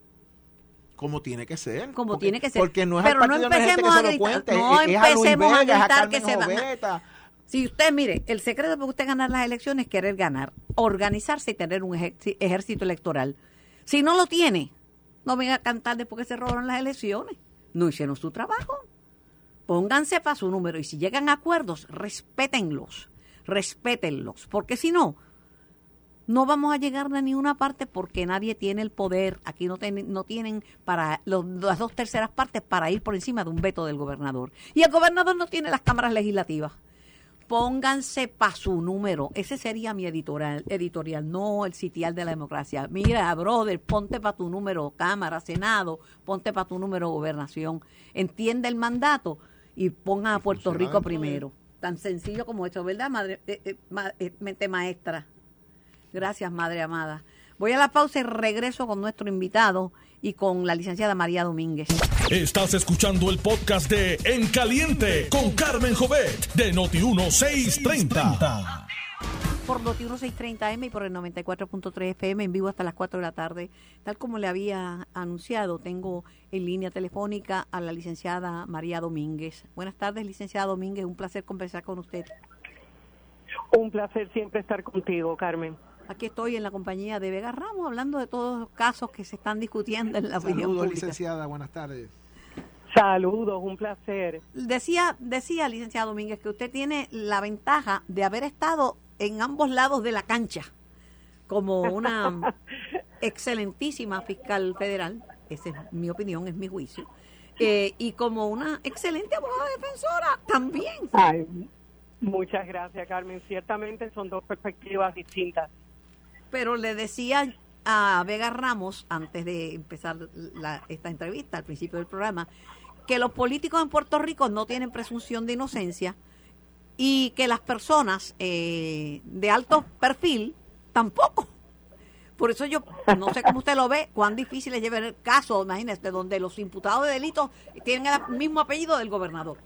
Como tiene que ser. Como porque, tiene que ser. Porque no es Pero al partido no empecemos a gritar, cuente, no es, empecemos es a, a gritar a que se van. Si usted, mire, el secreto para usted ganar las elecciones es querer ganar, organizarse y tener un ejército electoral. Si no lo tiene, no venga a cantar después que se robaron las elecciones. No hicieron su trabajo. Pónganse para su número y si llegan a acuerdos, respétenlos, respétenlos, porque si no, no vamos a llegar a ninguna parte porque nadie tiene el poder. Aquí no, ten, no tienen para los, las dos terceras partes para ir por encima de un veto del gobernador. Y el gobernador no tiene las cámaras legislativas. Pónganse para su número. Ese sería mi editorial, editorial, no el sitial de la democracia. Mira, brother, ponte para tu número, Cámara, Senado, ponte para tu número, Gobernación. Entiende el mandato y pongan a Puerto Rico primero. Tan sencillo como esto, ¿verdad, madre, eh, eh, ma, eh, mente maestra? Gracias, madre amada. Voy a la pausa y regreso con nuestro invitado y con la licenciada María Domínguez. Estás escuchando el podcast de En Caliente con Carmen Jovet de Noti uno seiscientos treinta. Por Noti uno seiscientos treinta eme y por el noventa y cuatro punto tres efe eme en vivo hasta las cuatro de la tarde. Tal como le había anunciado, tengo en línea telefónica a la licenciada María Domínguez. Buenas tardes, licenciada Domínguez. Un placer conversar con usted. Un placer siempre estar contigo, Carmen. Aquí estoy en la compañía de Vega Ramos hablando de todos los casos que se están discutiendo en la opinión pública. Saludos, licenciada. Buenas tardes. Saludos, un placer. Decía, decía, licenciada Domínguez, que usted tiene la ventaja de haber estado en ambos lados de la cancha como una excelentísima fiscal federal, esa es mi opinión, es mi juicio, eh, y como una excelente abogada defensora también. Ay, muchas gracias, Carmen. Ciertamente son dos perspectivas distintas. Pero le decía a Vega Ramos, antes de empezar la, esta entrevista, al principio del programa, que los políticos en Puerto Rico no tienen presunción de inocencia y que las personas eh, de alto perfil tampoco. Por eso yo no sé cómo usted lo ve, cuán difícil es llevar el caso, imagínese, donde los imputados de delitos tienen el mismo apellido del gobernador.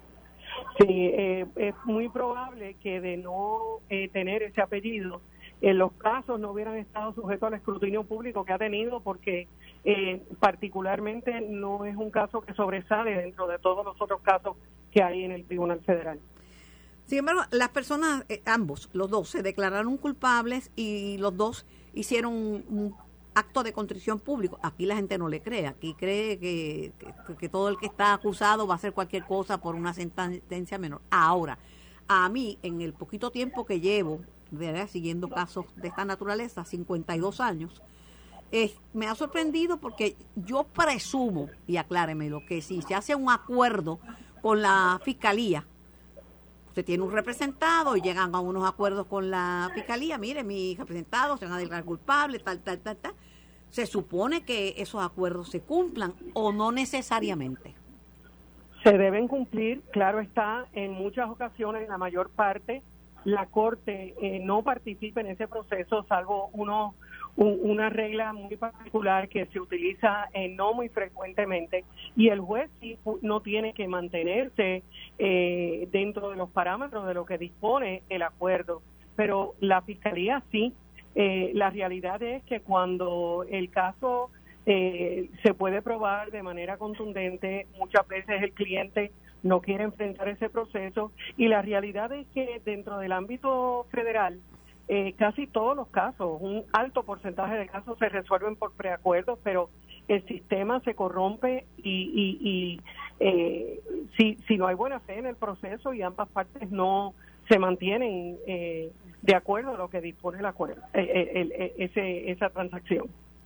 Sí, eh, es muy probable que de no eh, tener ese apellido, en los casos no hubieran estado sujetos al escrutinio público que ha tenido, porque eh, particularmente no es un caso que sobresale dentro de todos los otros casos que hay en el Tribunal Federal. Sin embargo, las personas, eh, ambos, los dos, se declararon culpables y los dos hicieron un, un acto de contrición público. Aquí la gente no le cree, aquí cree que, que, que todo el que está acusado va a hacer cualquier cosa por una sentencia menor. Ahora, a mí, en el poquito tiempo que llevo, ¿verdad?, siguiendo casos de esta naturaleza, cincuenta y dos años, eh, me ha sorprendido porque yo presumo, y acláremelo, que si se hace un acuerdo con la fiscalía, usted tiene un representado y llegan a unos acuerdos con la fiscalía, mire, mis representados se van a declarar culpables, tal, tal, tal, tal, se supone que esos acuerdos se cumplan o no necesariamente. Se deben cumplir, claro está, en muchas ocasiones, la mayor parte, la Corte eh, no participa en ese proceso, salvo uno, un, una regla muy particular que se utiliza eh, no muy frecuentemente, y el juez sí no tiene que mantenerse eh, dentro de los parámetros de lo que dispone el acuerdo, pero la Fiscalía sí. Eh, la realidad es que cuando el caso eh, se puede probar de manera contundente, muchas veces el cliente no quiere enfrentar ese proceso, y la realidad es que dentro del ámbito federal eh, casi todos los casos, un alto porcentaje de casos se resuelven por preacuerdos, pero el sistema se corrompe y, y, y eh, si, si no hay buena fe en el proceso y ambas partes no se mantienen eh, de acuerdo a lo que dispone el acuerdo, eh, el, el, ese, esa transacción.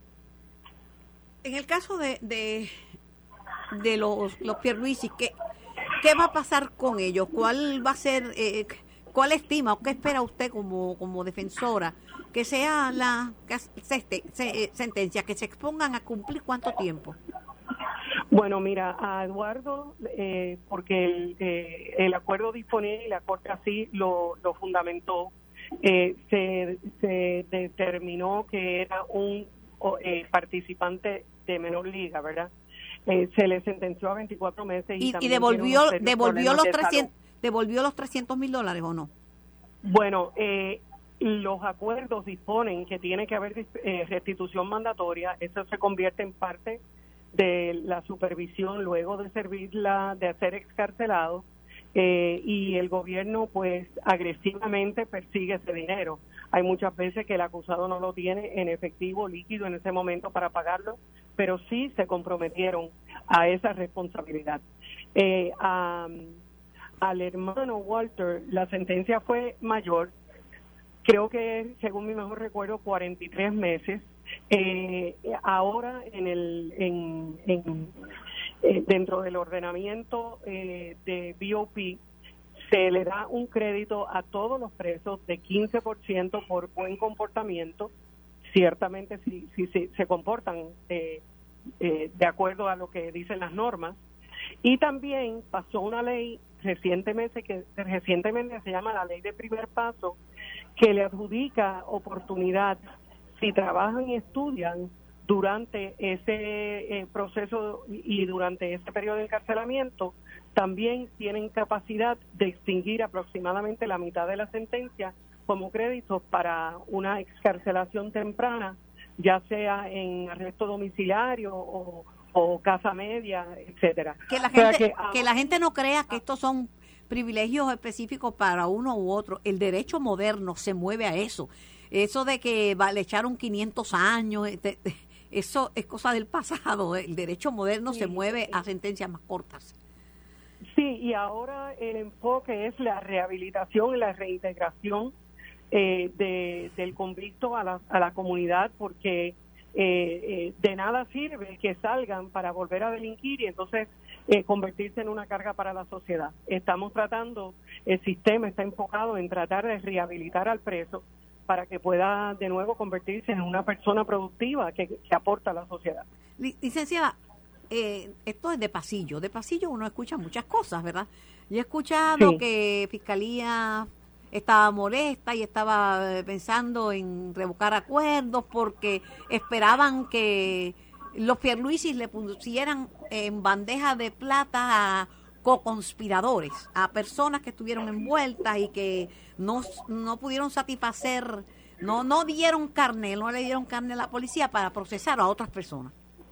En el caso de, de, de los, los Pierluisi, ¿qué, ¿qué va a pasar con ellos? ¿Cuál va a ser, eh, cuál estima o qué espera usted como, como defensora que sea la que se, se, sentencia, que se expongan a cumplir cuánto tiempo? Bueno, mira, a Eduardo, eh, porque el, eh, el acuerdo disponible y la Corte así lo, lo fundamentó, eh, se, se determinó que era un eh, participante de menor liga, ¿verdad? Eh, se le sentenció a veinticuatro meses. Y, y, y devolvió devolvió los trescientos devolvió los trescientos mil dólares, ¿o no? Bueno, eh, los acuerdos disponen que tiene que haber eh, restitución mandatoria. Eso se convierte en parte de la supervisión luego de servirla, de ser excarcelado. eh, y el gobierno pues agresivamente persigue ese dinero. Hay muchas veces que el acusado no lo tiene en efectivo líquido en ese momento para pagarlo, pero sí se comprometieron a esa responsabilidad. Eh, a, al hermano Walter la sentencia fue mayor, creo que según mi mejor recuerdo cuarenta y tres meses. Eh, ahora en el en, en eh, dentro del ordenamiento eh, de B O P se le da un crédito a todos los presos de quince por ciento por buen comportamiento, ciertamente si, si, si se comportan eh, eh, de acuerdo a lo que dicen las normas. Y también pasó una ley recientemente que recientemente se llama la ley de primer paso, que le adjudica oportunidad si trabajan y estudian durante ese eh, proceso y durante ese periodo de encarcelamiento, también tienen capacidad de extinguir aproximadamente la mitad de la sentencia como créditos para una excarcelación temprana, ya sea en arresto domiciliario o, o casa media, etcétera. Que la gente, que, que la gente no crea que estos son privilegios específicos para uno u otro. El derecho moderno se mueve a eso. Eso de que le echaron quinientos años, eso es cosa del pasado. El derecho moderno sí, se mueve a sentencias más cortas. Sí, y ahora el enfoque es la rehabilitación y la reintegración eh, de, del convicto a la, a la comunidad, porque eh, eh, de nada sirve que salgan para volver a delinquir y entonces eh, convertirse en una carga para la sociedad. Estamos tratando, el sistema está enfocado en tratar de rehabilitar al preso para que pueda de nuevo convertirse en una persona productiva que, que aporta a la sociedad. Licenciada, eh, esto es de pasillo. De pasillo uno escucha muchas cosas, ¿verdad? Yo he escuchado sí. que Fiscalía estaba molesta y estaba pensando en revocar acuerdos porque esperaban que los Pierluisis le pusieran en bandeja de plata a co-conspiradores, a personas que estuvieron envueltas y que no, no pudieron satisfacer, no no dieron carne, no le dieron carne a la policía para procesar a otras personas.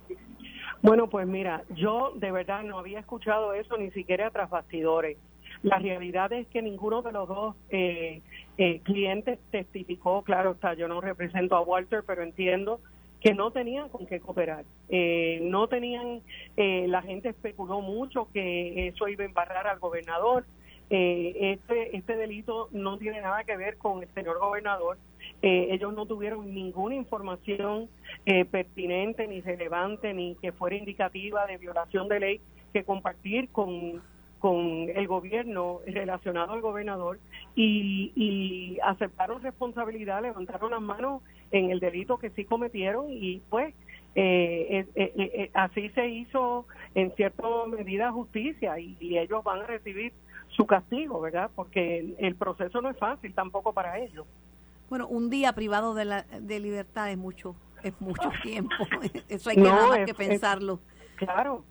Bueno, pues mira, yo de verdad no había escuchado eso ni siquiera tras bastidores. La realidad es que ninguno de los dos eh, eh, clientes testificó, claro está, yo no represento a Walter, pero entiendo que no tenían con qué cooperar. Eh, no tenían, eh, la gente especuló mucho que eso iba a embarrar al gobernador. Eh, este, este delito no tiene nada que ver con el señor gobernador. Eh, ellos no tuvieron ninguna información eh, pertinente, ni relevante, ni que fuera indicativa de violación de ley que compartir con, con el gobierno relacionado al gobernador y, y aceptaron responsabilidad, levantaron las manos en el delito que sí cometieron y pues eh, eh, eh, eh, así se hizo en cierta medida justicia y, y ellos van a recibir su castigo, ¿verdad? Porque el, el proceso no es fácil tampoco para ellos. Bueno, un día privado de la de libertad es mucho es mucho tiempo. Eso hay que no, nada más es, que pensarlo. Es, claro.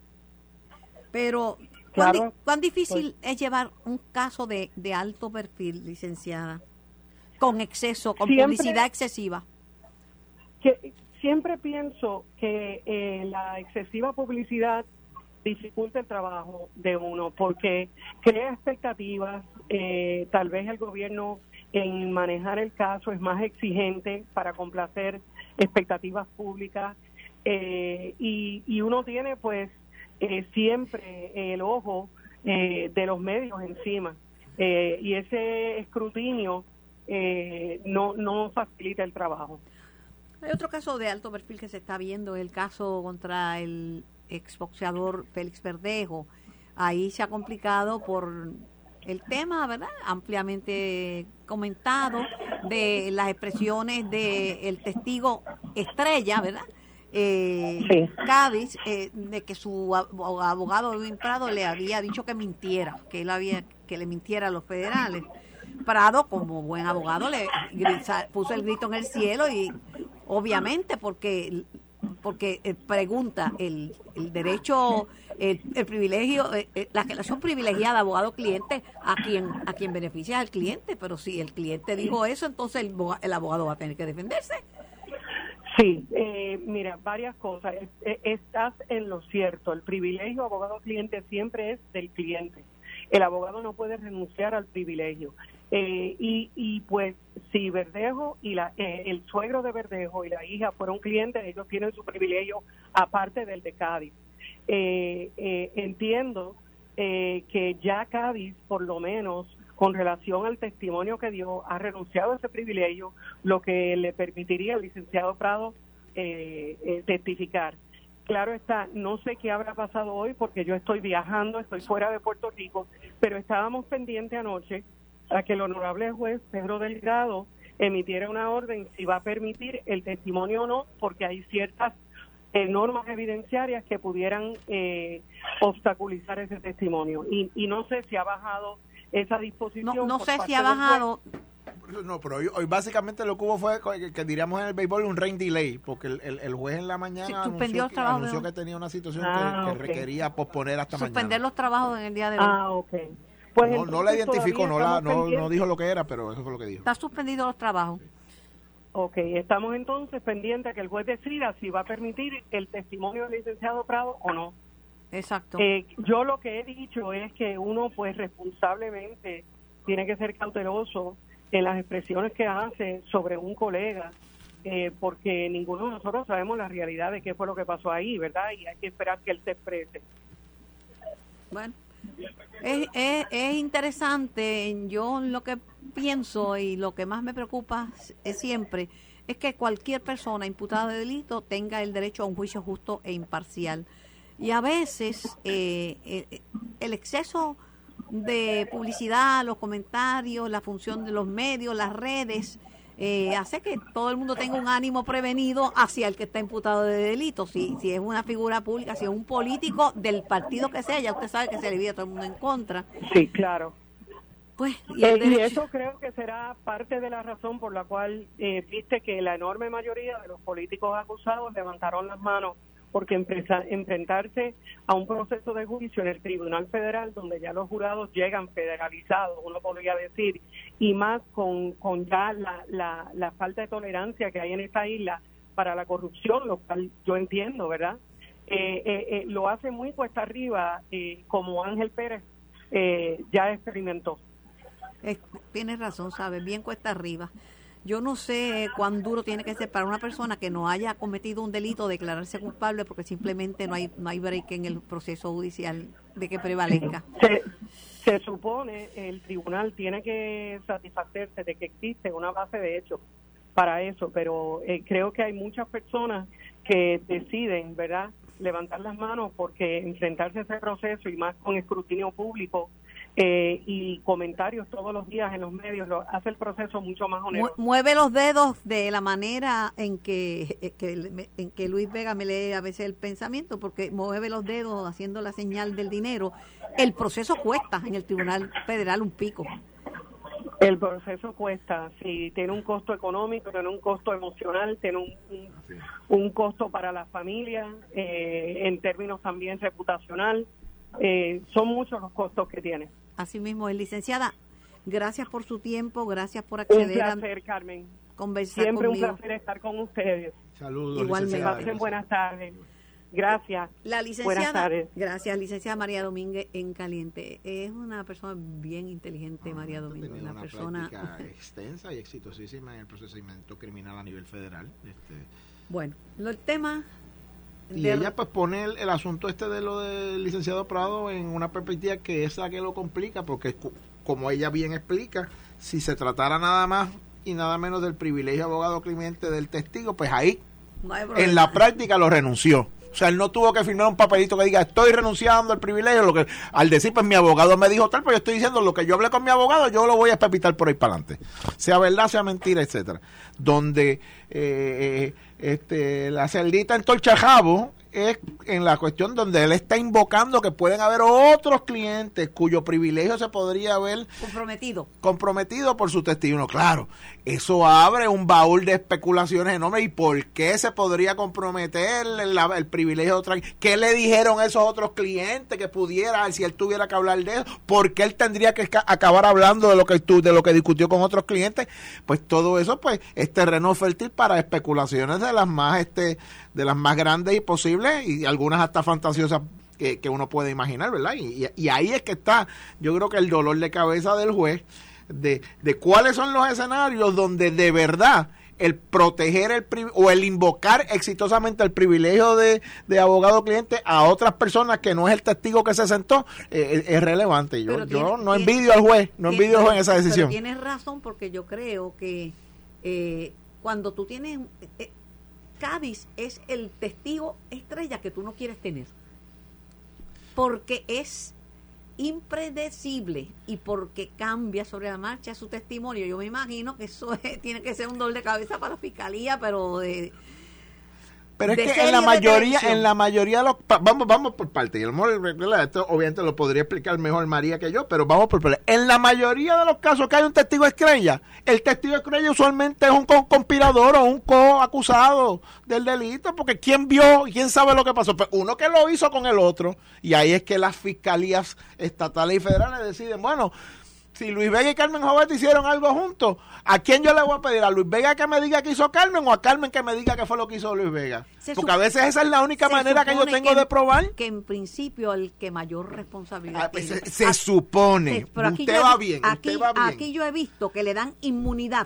Pero ¿cuán, claro, di, cuán difícil pues, es llevar un caso de, de alto perfil, licenciada? Con exceso, con siempre, publicidad excesiva. Que siempre pienso que eh, la excesiva publicidad dificulta el trabajo de uno porque crea expectativas, eh, tal vez el gobierno en manejar el caso es más exigente para complacer expectativas públicas eh, y, y uno tiene pues eh, siempre el ojo eh, de los medios encima eh, y ese escrutinio eh, no, no facilita el trabajo. Hay otro caso de alto perfil que se está viendo, el caso contra el exboxeador Félix Verdejo. Ahí se ha complicado por el tema, ¿verdad? Ampliamente comentado de las expresiones del testigo estrella, ¿verdad? Eh, sí. Cádiz, eh, de que su abogado Edwin Prado le había dicho que mintiera, que él había que le mintiera a los federales. Prado, como buen abogado, le grita, puso el grito en el cielo y obviamente porque porque eh, pregunta el, el derecho, el, el privilegio, eh, eh, la relación privilegiada abogado-cliente a quien a quien beneficia al cliente, pero si el cliente dijo eso, entonces el, el abogado va a tener que defenderse. Sí, eh, mira, varias cosas. Estás en lo cierto. El privilegio abogado-cliente siempre es del cliente. el abogado no puede renunciar al privilegio. Eh, y, y pues si Verdejo y la, eh, el suegro de Verdejo y la hija fueron clientes, ellos tienen su privilegio aparte del de Cádiz. Eh, eh, entiendo eh, que ya Cádiz, por lo menos con relación al testimonio que dio, ha renunciado a ese privilegio, lo que le permitiría al licenciado Prado eh, eh, testificar. Claro está, no sé qué habrá pasado hoy porque yo estoy viajando, estoy fuera de Puerto Rico, pero estábamos pendientes anoche a que el honorable juez Pedro Delgado emitiera una orden si va a permitir el testimonio o no, porque hay ciertas eh, normas evidenciarias que pudieran eh, obstaculizar ese testimonio. Y, y no sé si ha bajado esa disposición. No, no sé si ha bajado. No, pero hoy, hoy básicamente lo que hubo fue que, que diríamos en el béisbol un rain delay, porque el, el, el juez en la mañana sí, anunció, que, anunció que tenía una situación ah, que, que okay. requería posponer hasta Suspender mañana. Suspender los trabajos en el día de hoy. Ah, ok. Pues no, no la identificó, no, la, no, no dijo lo que era, pero eso fue lo que dijo. Está suspendido los trabajos. Ok, estamos entonces pendientes a que el juez decida si va a permitir el testimonio del licenciado Prado o no. Exacto. Eh, yo lo que he dicho es que uno pues responsablemente tiene que ser cauteloso en las expresiones que hace sobre un colega, eh, porque ninguno de nosotros sabemos la realidad de qué fue lo que pasó ahí, ¿verdad? Y hay que esperar que él se exprese. Bueno, es, es, es interesante. Yo lo que pienso y lo que más me preocupa es siempre es que cualquier persona imputada de delito tenga el derecho a un juicio justo e imparcial. Y a veces eh, eh, el exceso de publicidad, los comentarios, la función de los medios, las redes, eh, hace que todo el mundo tenga un ánimo prevenido hacia el que está imputado de delito. Si, si es una figura pública, si es un político del partido que sea, ya usted sabe que se le vive a todo el mundo en contra. Sí, claro. Pues, y, eh, y eso creo que será parte de la razón por la cual eh, viste que la enorme mayoría de los políticos acusados levantaron las manos, porque enfrentarse a un proceso de juicio en el Tribunal Federal, donde ya los jurados llegan federalizados, uno podría decir, y más con, con ya la, la, la falta de tolerancia que hay en esta isla para la corrupción, lo cual yo entiendo, ¿verdad? Eh, eh, eh, lo hace muy cuesta arriba, eh, como Ángel Pérez eh, ya experimentó. Eh, tienes razón, ¿sabes? Bien cuesta arriba. Yo no sé cuán duro tiene que ser para una persona que no haya cometido un delito declararse culpable, porque simplemente no hay no hay break en el proceso judicial de que prevalezca. Se, se supone el tribunal tiene que satisfacerse de que existe una base de hechos para eso, pero eh, creo que hay muchas personas que deciden, ¿verdad?, levantar las manos porque enfrentarse a ese proceso y más con escrutinio público Eh, y comentarios todos los días en los medios, lo hace el proceso mucho más oneroso. Mueve los dedos de la manera en que, que en que Luis Vega me lee a veces el pensamiento, porque mueve los dedos haciendo la señal del dinero. El proceso cuesta en el Tribunal Federal un pico. El proceso cuesta, sí, tiene un costo económico, tiene un costo emocional, tiene un, un, un costo para la familia, eh, en términos también reputacional. Eh, son muchos los costos que tiene. Así mismo es, licenciada. Gracias por su tiempo, gracias por acceder a... Un placer, a Carmen. Conversar Siempre conmigo. un placer estar con ustedes. Saludos, igualmente. Pasen buenas tardes. Gracias. La licenciada, buenas tardes. Gracias, licenciada María Domínguez en Caliente. Es una persona bien inteligente, ah, María Domínguez. Una, una persona práctica extensa y exitosísima en el procedimiento criminal a nivel federal. Este... Bueno, lo, el tema... Y de... ella pues pone el, el asunto este de lo del licenciado Prado en una perspectiva que es la que lo complica, porque como ella bien explica, si se tratara nada más y nada menos del privilegio abogado cliente del testigo, pues ahí no en la práctica lo renunció. O sea, él no tuvo que firmar un papelito que diga estoy renunciando al privilegio, lo que al decir pues mi abogado me dijo tal, pues yo estoy diciendo lo que yo hablé con mi abogado, yo lo voy a espepitar por ahí para adelante, sea verdad, sea mentira, etcétera. Donde eh, este la cerdita entorcha jabo es en la cuestión donde él está invocando que pueden haber otros clientes cuyo privilegio se podría haber comprometido comprometido por su testimonio. Claro, eso abre un baúl de especulaciones enormes. ¿Y por qué se podría comprometer el, el privilegio de otra? ¿Qué le dijeron esos otros clientes que pudiera, si él tuviera que hablar de eso? ¿Por qué él tendría que acabar hablando de lo que de lo que discutió con otros clientes? Pues todo eso pues es terreno fértil para especulaciones de las más este de las más grandes y posibles y algunas hasta fantasiosas que, que uno puede imaginar, ¿verdad? Y, y, y ahí es que está, yo creo que el dolor de cabeza del juez de, de cuáles son los escenarios donde de verdad el proteger el o el invocar exitosamente el privilegio de, de abogado cliente a otras personas que no es el testigo que se sentó eh, es relevante. Yo, tiene, yo no tiene, envidio al juez, no tiene, envidio al juez en esa decisión. Pero tienes razón, porque yo creo que eh, cuando tú tienes eh, Cádiz es el testigo estrella que tú no quieres tener, porque es impredecible y porque cambia sobre la marcha su testimonio. Yo me imagino que eso es, tiene que ser un dolor de cabeza para la fiscalía, pero de pero es que en la mayoría en la mayoría de los vamos vamos por parte, y esto obviamente lo podría explicar mejor María que yo, pero vamos por parte. En la mayoría de los casos que hay un testigo estrella, el testigo estrella usualmente es un conspirador o un coacusado del delito, porque quién vio, quién sabe lo que pasó, pues uno que lo hizo con el otro, y ahí es que las fiscalías estatales y federales deciden, bueno, si Luis Vega y Carmen Jovet hicieron algo juntos, ¿a quién yo le voy a pedir? ¿A Luis Vega que me diga que hizo Carmen o a Carmen que me diga que fue lo que hizo Luis Vega? Se Porque a veces esa es la única manera que yo tengo que, de probar. Que en principio el que mayor responsabilidad ah, pues tiene. Se, se a, supone. Se, usted yo, va bien, aquí, usted va bien. Aquí yo he visto que le dan inmunidad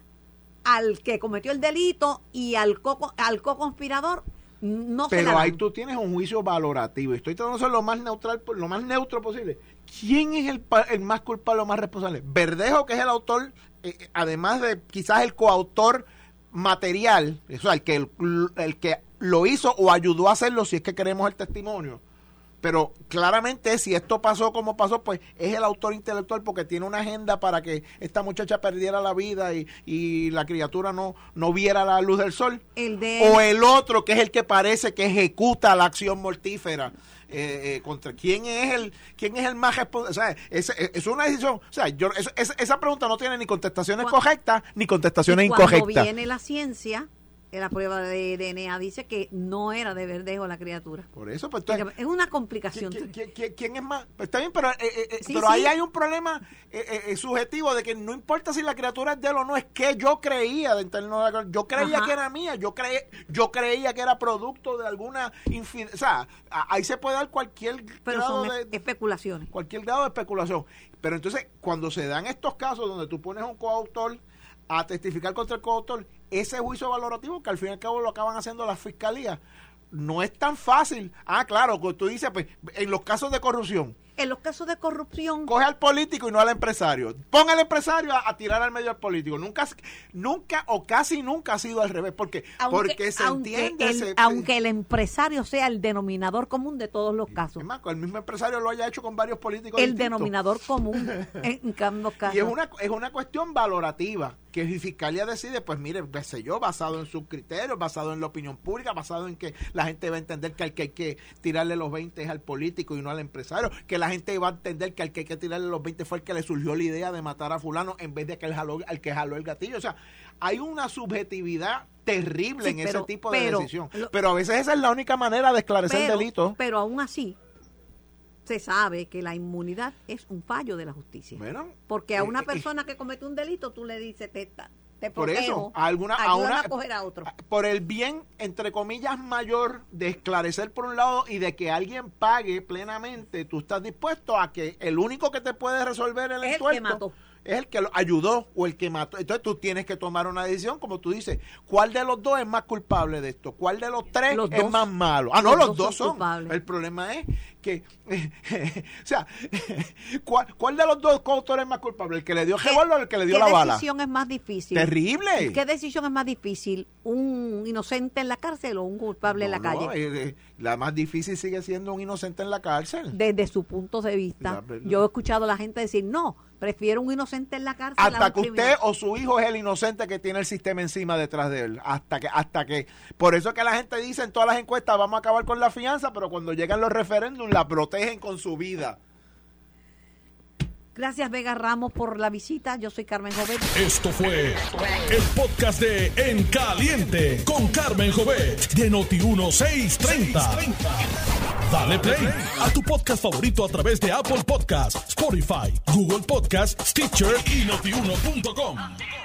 al que cometió el delito y al co al co-conspirador. No Pero se ahí tú tienes un juicio valorativo. Estoy tratando de ser lo más neutral, lo más neutro posible. ¿Quién es el, el más culpable o más responsable? Verdejo, que es el autor, eh, además de quizás el coautor material, o sea, el que, el, el que lo hizo o ayudó a hacerlo, si es que queremos el testimonio. Pero claramente si esto pasó como pasó, pues es el autor intelectual, porque tiene una agenda para que esta muchacha perdiera la vida y, y la criatura no, no viera la luz del sol. El de... O el otro, que es el que parece que ejecuta la acción mortífera. Eh, eh, contra quién es el quién es el más responsable. O sea, es, es, es una decisión. O sea, yo, es, es, esa pregunta no tiene ni contestaciones cuando, correctas ni contestaciones cuando incorrectas. Cuando viene la ciencia, la prueba de D N A dice que no era de Verdejo la criatura. Por eso, pues entonces, es una complicación. ¿Quién, quién, quién, quién es más? Pues está bien, pero, eh, eh, sí, pero sí. ahí hay un problema eh, eh, subjetivo de que no importa si la criatura es de él o no, es que yo creía, de yo creía Ajá. que era mía, yo creía, yo creía que era producto de alguna infidelidad. O sea, ahí se puede dar cualquier pero grado son de especulaciones. Cualquier grado de especulación. Pero entonces, cuando se dan estos casos donde tú pones un coautor a testificar contra el coautor, ese juicio valorativo, que al fin y al cabo lo acaban haciendo las fiscalías, no es tan fácil. Ah, claro, como tú dices, pues, en los casos de corrupción. En los casos de corrupción... Coge al político y no al empresario. Pon al empresario a, a tirar al medio al político. Nunca, nunca o casi nunca ha sido al revés. ¿Por qué? Aunque, Porque se aunque entiende... El, se, aunque el empresario sea el denominador común de todos los casos. Es más, el mismo empresario lo haya hecho con varios políticos El distintos. denominador común en, en ambos casos. Y es una, es una cuestión valorativa, que si Fiscalía decide, pues mire, qué sé yo, basado en sus criterios, basado en la opinión pública, basado en que la gente va a entender que al que hay que tirarle los veinte es al político y no al empresario, que la gente va a entender que al que hay que tirarle los veinte fue el que le surgió la idea de matar a fulano en vez de que el jaló, al que jaló el gatillo. O sea, hay una subjetividad terrible sí, en pero, ese tipo de pero, decisión. Lo, pero a veces esa es la única manera de esclarecer pero, el delito. Pero aún así, se sabe que la inmunidad es un fallo de la justicia. Bueno, porque a una eh, persona eh, que comete un delito, tú le dices, te, te por protejo, eso, a alguna, a, una, a coger a otro. Por el bien, entre comillas, mayor de esclarecer por un lado y de que alguien pague plenamente, tú estás dispuesto a que el único que te puede resolver el es entuerto el que mató. Es el que lo ayudó o el que mató. Entonces tú tienes que tomar una decisión, como tú dices, ¿cuál de los dos es más culpable de esto? ¿Cuál de los tres los es dos, más malo? Ah, no, los, los dos son. son. El problema es que, o sea, ¿cuál, ¿cuál de los dos coautores es más culpable? ¿El que le dio revólver o el que le dio la bala? ¿Qué decisión es más difícil? Terrible. ¿Qué decisión es más difícil? ¿Un inocente en la cárcel o un culpable no, en la no, calle? Eh, la más difícil sigue siendo un inocente en la cárcel. Desde su punto de vista. La, yo he escuchado a la gente decir, no, prefiero un inocente en la cárcel. Hasta que usted o su hijo es el inocente que tiene el sistema encima detrás de él. Hasta que, hasta que, por eso es que la gente dice en todas las encuestas, vamos a acabar con la fianza, pero cuando llegan los referéndums la protegen con su vida. Gracias, Vega Ramos, por la visita. Yo soy Carmen Jovet. Esto fue el podcast de En Caliente con Carmen Jovet de Noti uno seiscientos treinta. Dale play a tu podcast favorito a través de Apple Podcasts, Spotify, Google Podcasts, Stitcher y notiuno punto com.